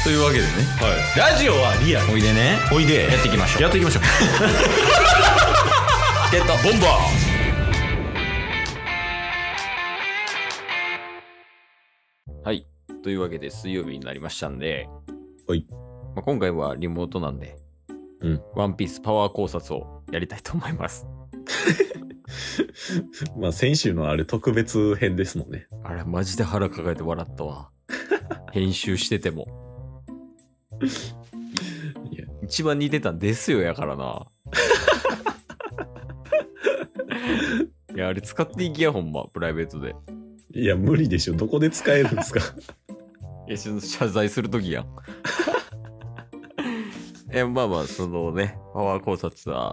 というわけでね、 ラジオはリアル。 おいでね、 おいで。 やっていきましょう。 やっていきましょう。 チケットボンバー。はい、というわけで水曜日になりましたんで、 はい。 今回はリモートなんで、ワンピースパワー考察をやりたいと思います。 まあ先週のあれ特別編ですもんね。 あれマジで腹抱えて笑ったわ。編集しててもいや一番似てたんですよやからな。いやあれ使っていきやほんまプライベートで。 いや無理でしょ。どこで使えるんですか。 いや謝罪するときやん。まあそのねパワー考察は、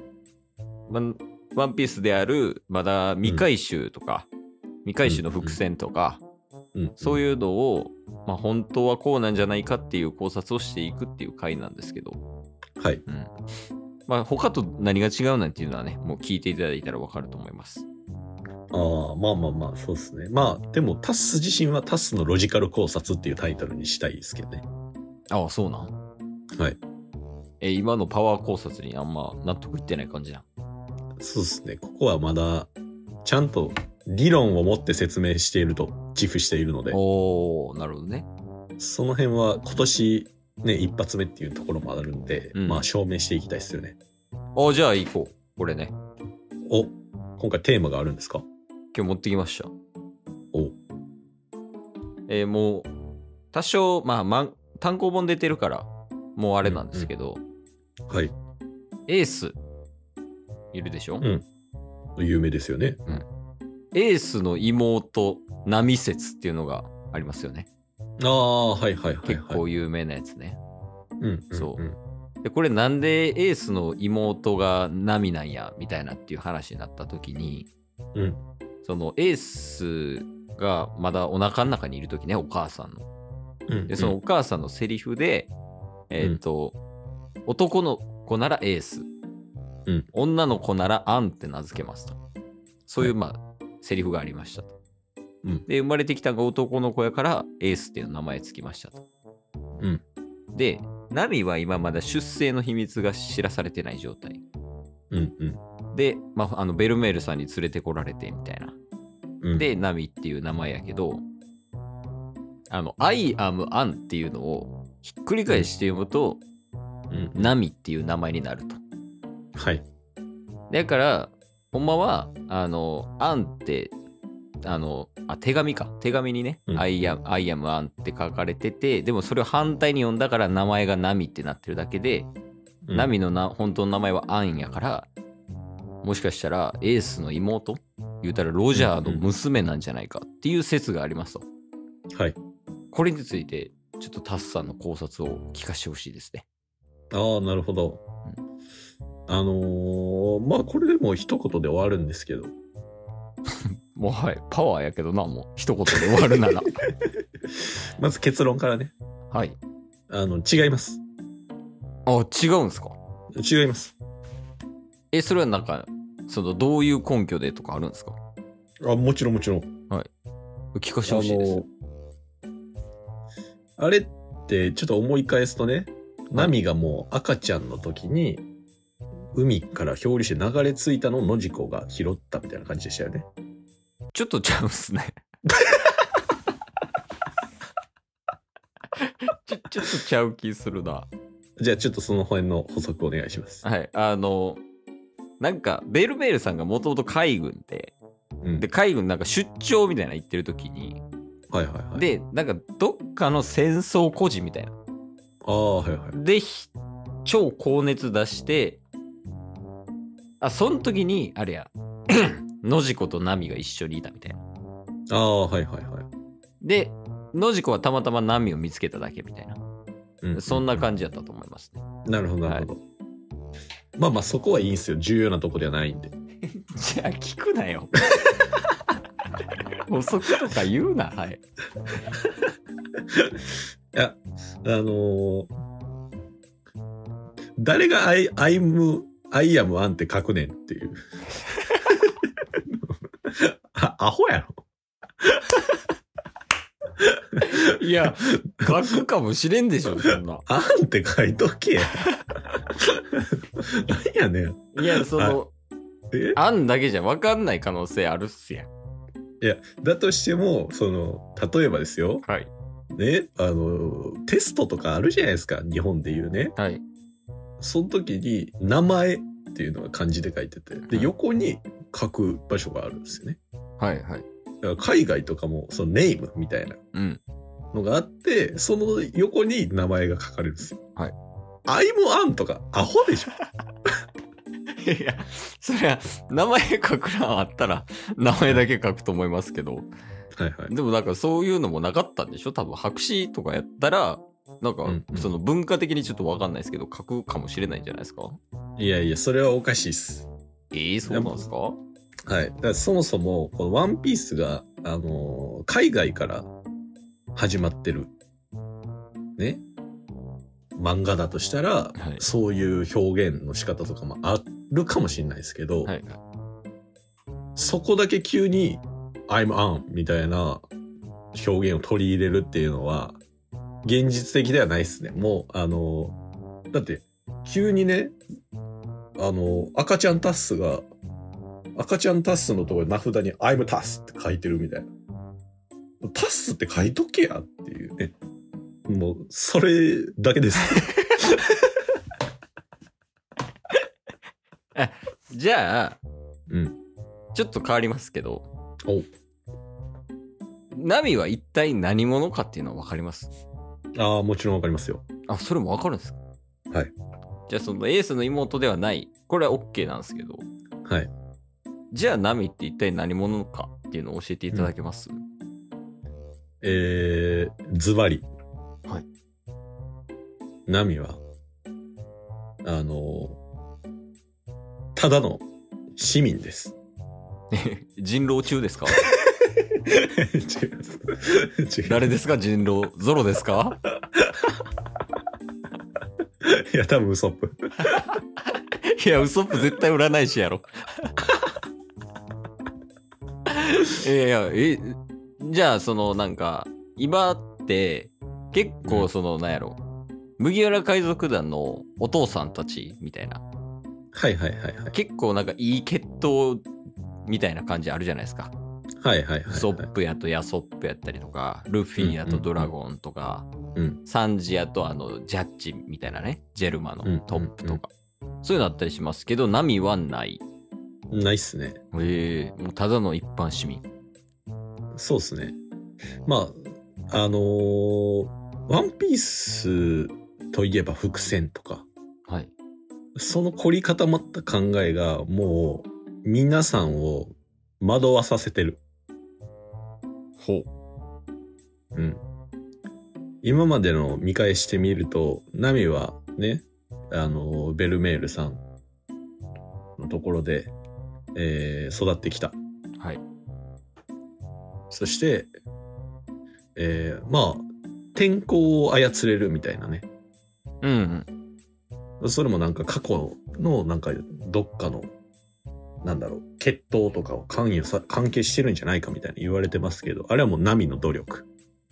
ワンピースであるまだ未回収とか、未回収の伏線とか、そういうのを、本当はこうなんじゃないかっていう考察をしていくっていう回なんですけど、 はい。 他と何が違うなんていうのはね、もう聞いていただいたらわかると思います。 ああ、まあ、そうですね。でもタス自身はタスのロジカル考察っていうタイトルにしたいですけどね。 ああ、そうなん。 はい。 今のパワー考察にあんま納得いってない感じな。 そうですね。ここはまだ、ちゃんと理論を持って説明していると自負しているので。 おー、なるほどね。 その辺は今年ね、一発目っていうところもあるんで、証明していきたいですよね。 じゃあ行こう。これね。 今回テーマがあるんですか？ 今日持ってきました。もう、多少、単行本出てるから、もうあれなんですけど、 はい。 エース、いるでしょ？ 有名ですよね。 エースの妹、波説っていうのがありますよね。 ああ、はい。 結構有名なやつね。そう。 う。 で、これなんでエースの妹が波なんや、みたいなっていう話になった時に、そのエースがまだお腹の中にいる時ね、お母さんの。で、そのお母さんのセリフで、男の子ならエース、女の子ならアンって名付けますと。そういう、セリフがありましたと。で、生まれてきたのが男の子やからエースっていう名前つきましたと。で、ナミは今まだ出生の秘密が知らされてない状態。で、ベルメールさんに連れてこられてみたいな。で、ナミっていう名前やけど、I am An っていうのをひっくり返して読むと、ナミっていう名前になると。 はい。 だから、ほんまは、アンって、手紙か。手紙にね、I am An って書かれてて、でもそれを反対に読んだから名前がナミってなってるだけで、ナミの本当の名前はアンやから、もしかしたらエースの妹言うたらロジャーの娘なんじゃないかっていう説がありますと。 はい。 これについて、ちょっとタスさんの考察を聞かせてほしいですね。 ああ、なるほど。これでも一言で終わるんですけど。 もうパワーやけどな、もう一言で終わるなら。 まず結論からね。 はい。 違います。 違うんすか？ 違います。 それはなんか、どういう根拠でとかあるんですか？ もちろん。 はい。聞かせてほしいです。 あれってちょっと思い返すとね、ナミがもう赤ちゃんの時に海から漂流して流れ着いたのをノジコが拾ったみたいな感じでしたよね。 ちょっとちゃうんすね。ちょっとちゃう気するな。 じゃあちょっとその辺の補足お願いします。 はい。なんかベルメールさんがもともと海軍で、で海軍なんか出張みたいな言ってる時に、でなんかどっかの戦争孤児みたいな。で超高熱出して、その時にあれやノジコとナミが一緒にいたみたいな。でノジコはたまたまナミを見つけただけみたいな、そんな感じだったと思いますね。 なるほど。そこはいいんですよ。重要なとこではないんで。 じゃあ聞くなよ。補足とか言うな。はい。 いや、誰がI am An って書くねんっていう。アホやろ。 いや、書くかもしれんでしょ、そんな。 あんって書いとけ。何やねん。 いや、あんだけじゃ分かんない可能性あるっすやん。 いや、だとしても、例えばですよ。 はい。 ね、テストとかあるじゃないですか。日本で言うね。 はい。 その時に、名前っていうのが漢字で書いてて、で、横に書く場所があるんですよね。 はいはい。 だから海外とかも、ネームみたいなのがあって、その横に名前が書かれるんですよ。 はい。 アイムアンとか、アホでしょ。 いや、そりゃ、名前書く欄あったら、名前だけ書くと思いますけど。 はいはい。 でもなんかそういうのもなかったんでしょ多分白紙とかやったら、なんかその文化的にちょっとわかんないですけど、書くかもしれないんじゃないですか。 いやいや、それはおかしいっす。 そうなんですか。はい。だからそもそも、このワンピースが、海外から始まってる。ね。漫画だとしたら、はい、そういう表現の仕方とかもあるかもしれないですけど、はい、そこだけ急に I'm on みたいな表現を取り入れるっていうのは現実的ではないですね。もうだって急にね赤ちゃんタッスのところに名札に I'm タスって書いてるみたいな。タスって書いとけやっていうね。もうそれだけです。 じゃあ、ちょっと変わりますけど、ナミは一体何者かっていうのは分かります？ ああ、もちろん分かりますよ。 あ、それも分かるんですか？ はい。 じゃあそのエースの妹ではない、これは OK なんですけど、 はい。 じゃあナミって一体何者かっていうのを教えていただけます？ ズバリ。 はい。 ナミは、ただの市民です。 人狼中ですか？ 違います。 誰ですか？人狼。ゾロですか？ いや、多分ウソップ。 いや、ウソップ絶対占い師やろ。じゃあなんか今って結構なんやろ、麦わら海賊団のお父さんたちみたいな、 はいはいはいはい、 結構なんかいい血統みたいな感じあるじゃないですか。 はいはいはい、はい、 ウソップやとヤソップやったりとか、ルフィやとドラゴンとか、サンジやとジャッジみたいなね、ジェルマのトップとか、そういうのあったりしますけど、ナミはないっすね。 もうただの一般市民。 そうっすね。まあワンピースといえば伏線とか、 はい、 その凝り固まった考えがもう皆さんを惑わさせてる。 ほう。今までの見返してみると、ナミはね、ベルメールさんのところで、育ってきた。 はい。 そして、天候を操れるみたいなね。それもなんか過去のなんかどっかの血統とかを関係してるんじゃないかみたいに言われてますけど、あれはもうナミの努力。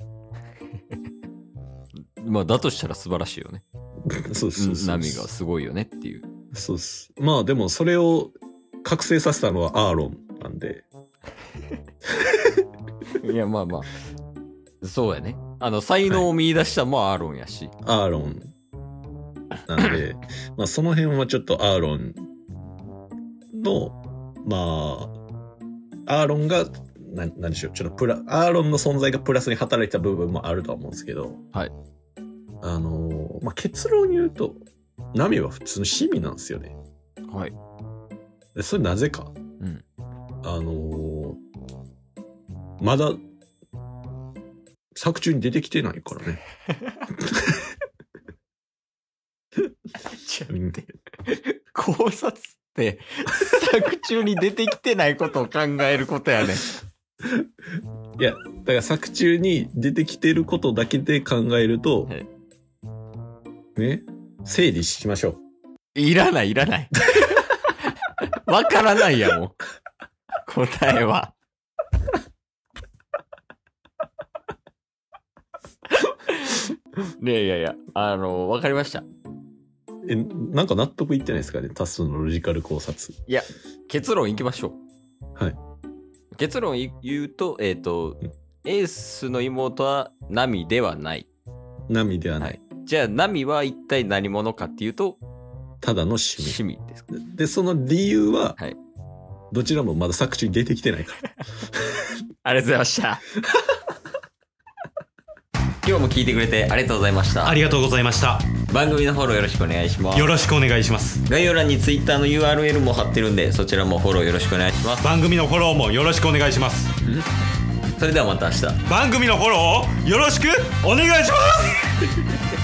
まあだとしたら素晴らしいよね。 そう。 ナミがすごいよねっていう。 そうっす。まあでもそれを覚醒させたのはアーロンなんで。 いやまあそうやね。才能を見出したのもアーロンやし。 アーロンなんで、まあその辺はちょっとアーロンのアーロンがなんでしょう、ちょっとアーロンの存在がプラスに働いた部分もあるとは思うんですけど、 はい。 結論言うとナミは普通の市民なんですよね。 はい。 でそれなぜか、まだ作中に出てきてないからね。 ちょっと待って、考察って作中に出てきてないことを考えることやね。 いや、だから作中に出てきてることだけで考えると、ね、整理しましょう。 いらない。わからないやもん。答えは。 いやいや、わかりました。 なんか納得いってないですかね、タスのロジカル考察。 いや、結論いきましょう。はい。 結論言うと、エースの妹はナミではない。 ナミではない。はい、 じゃあ、ナミは一体何者かっていうと、 ただの趣味。 趣味ですか。 で、その理由は、はい、どちらもまだ作中に出てきてないから。 ありがとうございました。今日も聞いてくれてありがとうございました。 ありがとうございました。 番組のフォローよろしくお願いします。 よろしくお願いします。 概要欄に Twitter の URL も貼ってるんで、そちらもフォローよろしくお願いします。 番組のフォローもよろしくお願いします。 それではまた明日。 番組のフォローをよろしくお願いします。